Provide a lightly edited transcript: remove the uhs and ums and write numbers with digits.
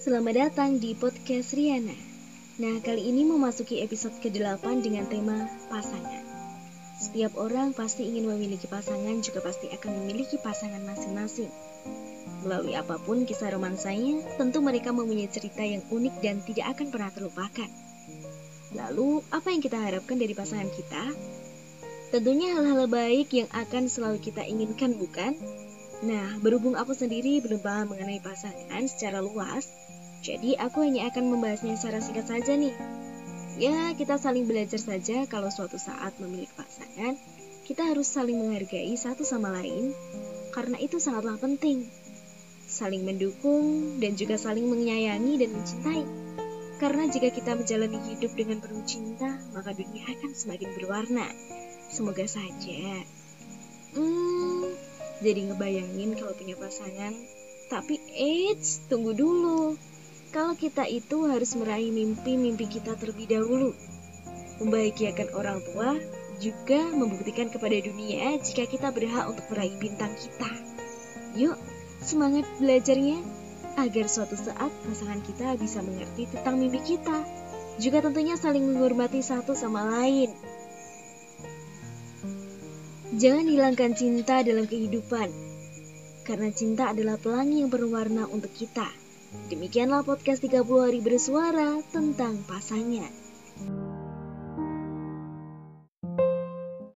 Selamat datang di podcast Riana. Nah, kali ini memasuki episode ke-8 dengan tema pasangan. Setiap orang pasti ingin memiliki pasangan, juga pasti akan memiliki pasangan masing-masing. Melalui apapun kisah romansanya, tentu mereka mempunyai cerita yang unik dan tidak akan pernah terlupakan. Lalu, apa yang kita harapkan dari pasangan kita? Tentunya hal-hal baik yang akan selalu kita inginkan, bukan? Nah, berhubung aku sendiri belum paham mengenai pasangan secara luas, jadi aku hanya akan membahasnya secara singkat saja nih. Ya, kita saling belajar saja kalau suatu saat memiliki pasangan, kita harus saling menghargai satu sama lain, karena itu sangatlah penting. Saling mendukung dan juga saling menyayangi dan mencintai. Karena jika kita menjalani hidup dengan penuh cinta, maka dunia akan semakin berwarna. Semoga saja. Jadi ngebayangin kalau punya pasangan. Tapi tunggu dulu. Kalau kita itu harus meraih mimpi-mimpi kita terlebih dahulu. Membahagiakan orang tua, juga membuktikan kepada dunia jika kita berhak untuk meraih bintang kita. Yuk, semangat belajarnya, agar suatu saat pasangan kita bisa mengerti tentang mimpi kita. Juga tentunya saling menghormati satu sama lain. Jangan hilangkan cinta dalam kehidupan, karena cinta adalah pelangi yang berwarna untuk kita. Demikianlah podcast 30 hari bersuara tentang pasangan.